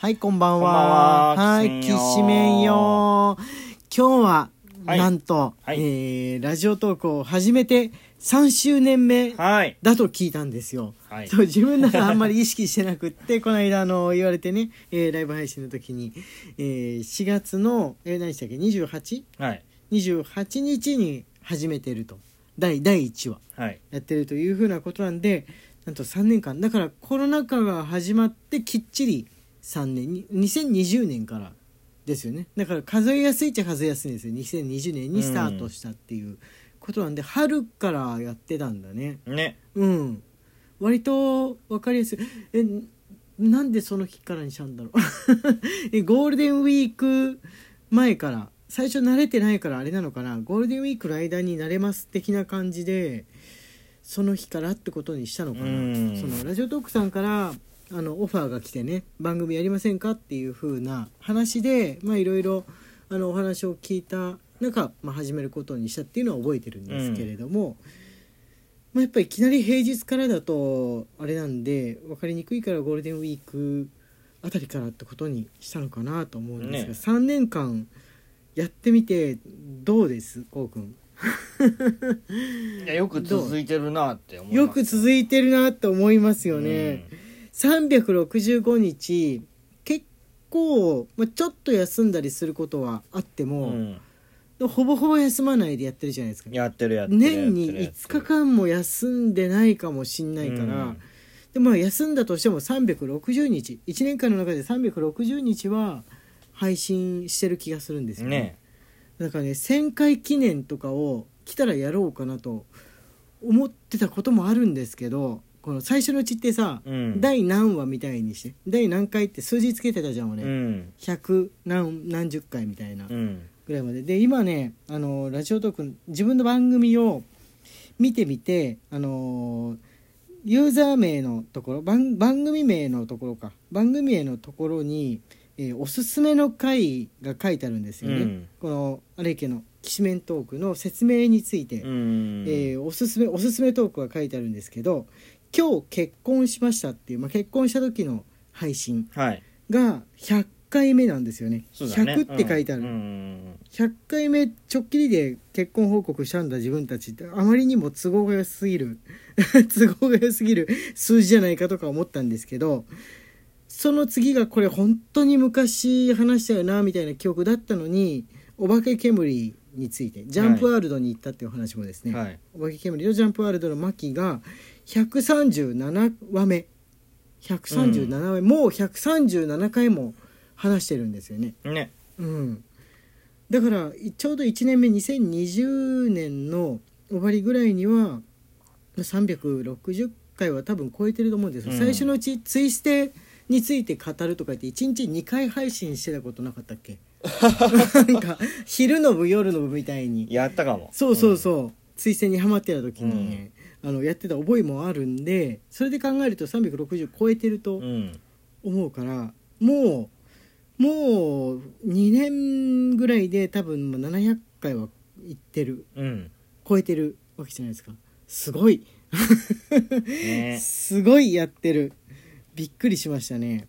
はい、こんばんは。 こんばんは。 はい、きしめんよ。今日は、 はいなんと、 はい、 ラジオトークを始めて3周年目はいだと聞いたんですよ。 はいそう、自分ならあんまり意識してなくってこの間言われてね、ライブ配信の時に、4月の、何でしたっけ 28?28 はい、 日に始めてると。第1話はい、 やってるというふうなことなんで、なんと3年間だからコロナ禍が始まってきっちり3年に2020年からですよね。だから数えやすいっちゃ数えやすいんですよ。2020年にスタートしたっていうことなんで、春からやってたんだね。 ね、 割と分かりやすい。なんでその日からにしたんだろうゴールデンウィーク前から、最初慣れてないからあれなのかな、ゴールデンウィークの間に慣れます的な感じでその日からってことにしたのかな。そのラジオトークさんからオファーが来てね、番組やりませんかっていう風な話で、いろいろお話を聞いた中、始めることにしたっていうのは覚えてるんですけれども、やっぱりいきなり平日からだとあれなんで分かりにくいから、ゴールデンウィークあたりからってことにしたのかなと思うんですが、3年間やってみてどうです、こうくんいや、よく続いてるなって思います。 よく続いてるなって思いますよね。365日結構、ちょっと休んだりすることはあっても、ほぼほぼ休まないでやってるじゃないですか。 やってる年に5日間も休んでないかもしんないから、で休んだとしても360日、1年間の中で360日は配信してる気がするんですよね。だからね、1000回記念とかを来たらやろうかなと思ってたこともあるんですけど、この最初のうちってさ、第何話みたいにして第何回って数字つけてたじゃん俺、100何十回みたいなぐらいまでで、今ねラジオトーク自分の番組を見てみて、ユーザー名のところ、番組名のところか、番組名のところに、おすすめの回が書いてあるんですよね。このあれ家のきしめんトークの説明について、おすすめトークが書いてあるんですけど、今日結婚しましたっていう、結婚した時の配信が100回目なんですよね。100って書いてある、100回目ちょっきりで結婚報告したんだ自分たちって、あまりにも都合が良すぎる数字じゃないかとか思ったんですけど、その次がこれ本当に昔話したよなみたいな記憶だったのに、お化け煙についてジャンプワールドに行ったっていう話もですね、お化け煙のジャンプワールドのマキが137話目、もう137回も話してるんですよね。だからちょうど1年目2020年の終わりぐらいには360回は多分超えてると思うんですよ。最初のうちツイステについて語るとか言って1日2回配信してたことなかったっけなんか昼の部夜の部みたいにやったかも。 そう、ツイステにハマってた時に、ねやってた覚えもあるんで、それで考えると360超えてると思うから、もう2年ぐらいで多分700回はいってる、超えてるわけじゃないですか。すごいすごいやってる。びっくりしましたね。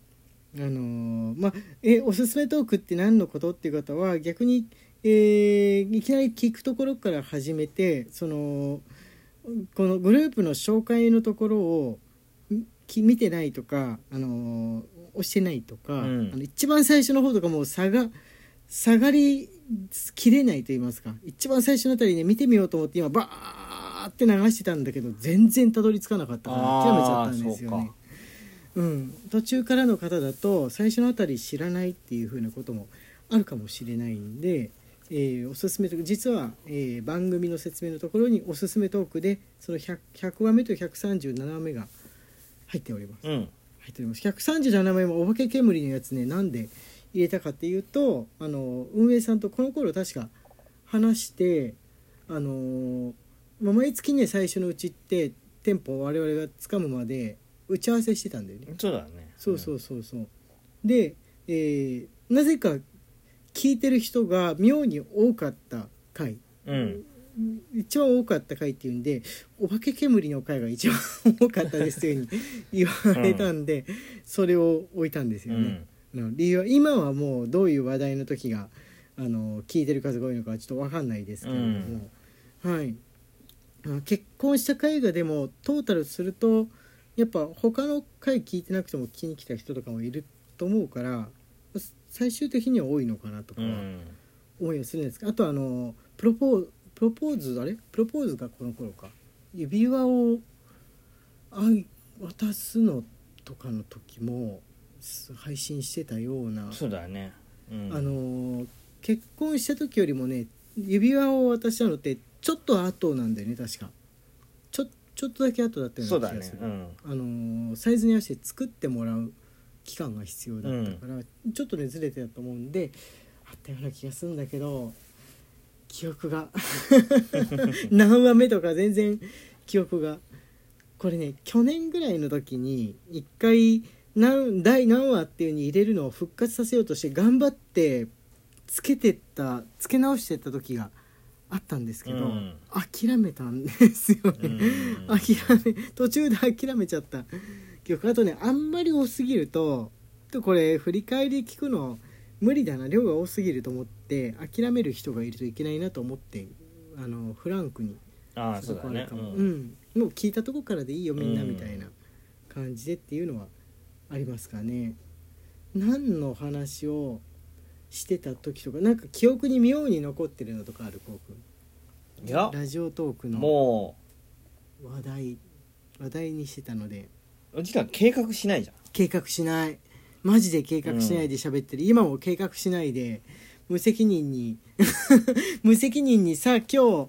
おすすめトークって何のことっていう方は逆に、いきなり聞くところから始めて、このグループの紹介のところを見てないとか、押してないとか、一番最初の方とかもう下がりきれないと言いますか、一番最初のあたりね見てみようと思って今バーって流してたんだけど全然たどり着かなかったから諦めちゃったんですよね。途中からの方だと最初のあたり知らないっていう風なこともあるかもしれないんで、おすすめと実は、番組の説明のところにおすすめトークでその 100話目と137話目が入っております、137話目もお化け煙のやつね、なんで入れたかっていうと、運営さんとこの頃確か話して、毎月ね最初のうちってテンポを我々がつかむまで打ち合わせしてたんだよね。 そうだね。 そうで、なぜか聞いてる人が妙に多かった回、一番多かった回っていうんで、お化け煙の回が一番多かったですというふうに言われたんで、それを置いたんですよね。 の理由は今はもうどういう話題の時が聞いてる数が多いのかはちょっと分かんないですけれども、はい、結婚した回がでもトータルするとやっぱ他の回聞いてなくても聞きに来た人とかもいると思うから最終的には多いのかなとかは思いはするんですけど、あとプロポーズがこの頃か指輪を渡すのとかの時も配信してたような。 そうだよね、うん、 結婚した時よりもね指輪を渡したのってちょっと後なんだよね確かちょっとだけ後だったような気がする。 そうだね、 サイズに合わせて作ってもらう期間が必要だったから、ちょっとねずれてたと思うんであったような気がするんだけど記憶が何話目とか全然記憶がこれね去年ぐらいの時に一回第何話っていう風に入れるのを復活させようとして頑張ってつけ直してった時があったんですけど、諦めたんですよね、途中で諦めちゃった記憶。あとねあんまり多すぎるとこれ振り返り聞くの無理だな量が多すぎると思って諦める人がいるといけないなと思ってフランクにそうだね、 もう聞いたとこからでいいよみんなみたいな感じでっていうのはありますかね。何の話をしてた時とかなんか記憶に妙に残ってるのとかあるこうくん。 いやラジオトークのも話題にしてたので。 う時間計画しないじゃん。 計画しないマジで計画しないで喋ってる、今も計画しないで無責任にさ今日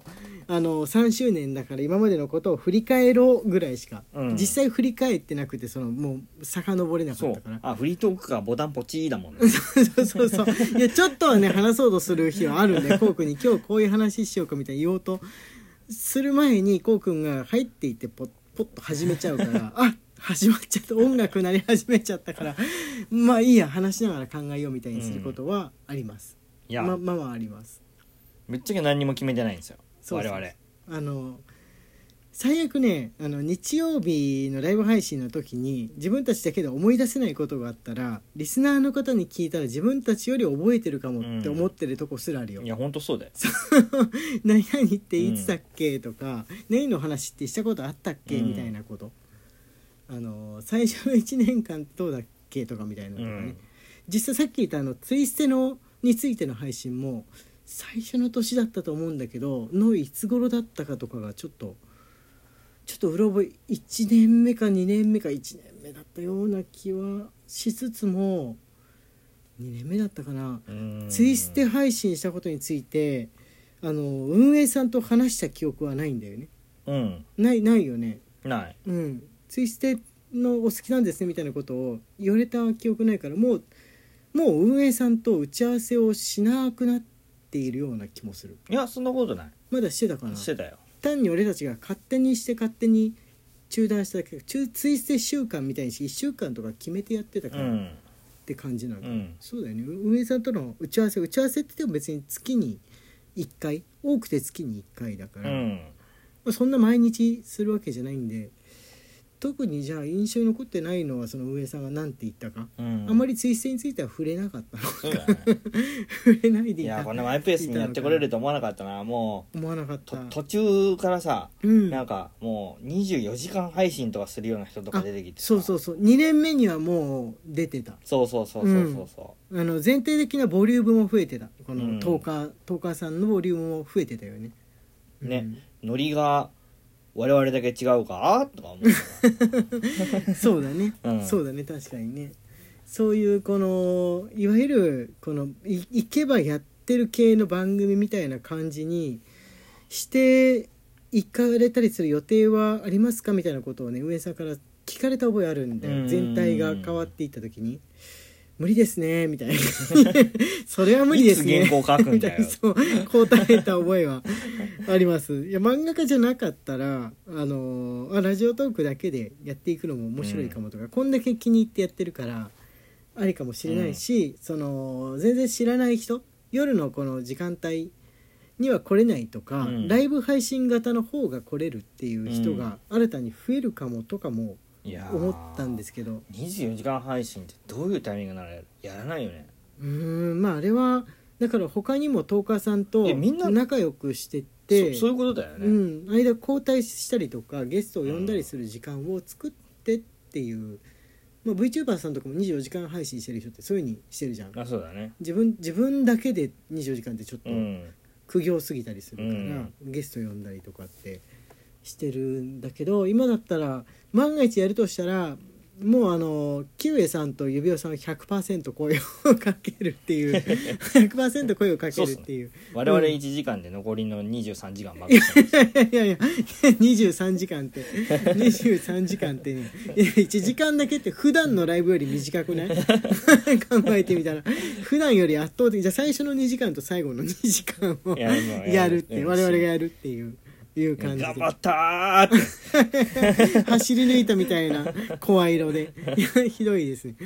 3周年だから今までのことを振り返ろうぐらいしか、実際振り返ってなくてもう遡れなかったから。 フリートークかボタンポチーだもんねそういやちょっとはね話そうとする日はあるんでコウ君に今日こういう話しようかみたいに言おうとする前にコウ君が入っていってポッと始めちゃうから始まっちゃった音楽鳴り始めちゃったからまあいいや話しながら考えようみたいにすることはあります、 いやまああります。 ぶっちゃけ何にも決めてないんですよ我々。 最悪ね日曜日のライブ配信の時に自分たちだけで思い出せないことがあったらリスナーの方に聞いたら自分たちより覚えてるかもって思ってるとこすらあるよ、 いやほんとそうだよ何々っていつだっけとか何の話ってしたことあったっけみたいなこと、最初の1年間どうだっけとかみたいなのとかね、実際さっき言ったツイステについての配信も最初の年だったと思うんだけどいつ頃だったかとかがちょっとうろ覚え1年目か2年目か1年目だったような気はしつつも2年目だったかな。ツイステ配信したことについて運営さんと話した記憶はないんだよね、ないよね。 ない、 ツイステのお好きなんですねみたいなことを言われた記憶ないからもう運営さんと打ち合わせをしなくなっているような気もする。 いやそんなことない。 まだしてたかな。 してたよ。 単に俺たちが勝手に中断しただけツイステ週間みたいに1週間とか決めてやってたからって感じなの、そうだよね。運営さんとの打ち合わせって言っても別に月に1回多くて月に1回だから、そんな毎日するわけじゃないんで特にじゃあ印象に残ってないのはその上さんが何て言ったか、あんまりツイステについては触れなかったのそうだね触れないでいた。 いやこんなマイペースにやってこれると思わなかったな。もう思わなかった。 途中からさ、なんかもう24時間配信とかするような人とか出てきてそう2年目にはもう出てた。 そう、 全体的なボリュームも増えてた。このトーカーさんのボリュームも増えてたよね。 ノリが我々だけ違うかとか思うそうだね、そうだね確かにね。そういうこのいわゆるこの行けばやってる系の番組みたいな感じにして行かれたりする予定はありますかみたいなことをね上さんから聞かれた覚えあるんで、全体が変わっていった時に無理ですねみたいなそれは無理ですねいつ原稿書くんだよそう答えた覚えはあります。いや漫画家じゃなかったらラジオトークだけでやっていくのも面白いかもとか、こんだけ気に入ってやってるからありかもしれないし、全然知らない人夜のこの時間帯には来れないとか、ライブ配信型の方が来れるっていう人が新たに増えるかもとかもいやー思ったんですけど、 24時間配信ってどういうタイミングならやらないよね。 まああれはだから他にもトーカーさんとみんな仲良くしてて、 そういうことだよね、 間交代したりとかゲストを呼んだりする時間を作ってっていう、VTuber さんとかも24時間配信してる人ってそういう風にしてるじゃん。 あ、そうだね。 自分だけで24時間ってちょっとうん苦行すぎたりするから、ゲスト呼んだりとかってしてるんだけど、今だったら万が一やるとしたらもうキウエさんと指輪さんは 100% 声をかけるっていう100% 声をかけるっていう、 我々1時間で残りの23時間ばっかりしてますいや23時間って23時間ってね、1時間だけって普段のライブより短くない考えてみたら普段より圧倒的。じゃあ最初の2時間と最後の2時間をやるって我々がやるっていう感じで頑張ったーって走り抜いたみたいな声色でひどいですね。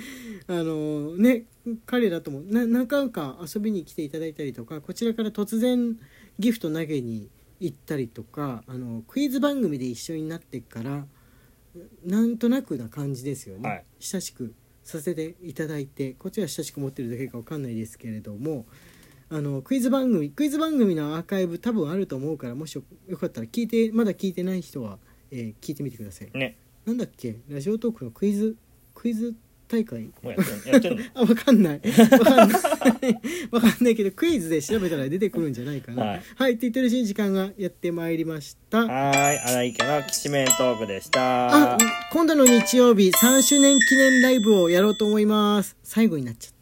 彼らとも何回か遊びに来ていただいたりとか、こちらから突然ギフト投げに行ったりとか、クイズ番組で一緒になってからなんとなくな感じですよね、 はい、 親しくさせていただいて、こっちは親しく持ってるだけか分かんないですけれども、クイズ番組のアーカイブ多分あると思うから、もしよかったらまだ聞いてない人は、聞いてみてくださいね。 なんだっけ、ラジオトークのクイズ大会もうやってんの分かんない分かんないけどクイズで調べたら出てくるんじゃないかな。はい、って言ってるうちに時間がやってまいりました。 荒井家のきしめんトークでした。 今度の日曜日3周年記念ライブをやろうと思います。最後になっちゃった。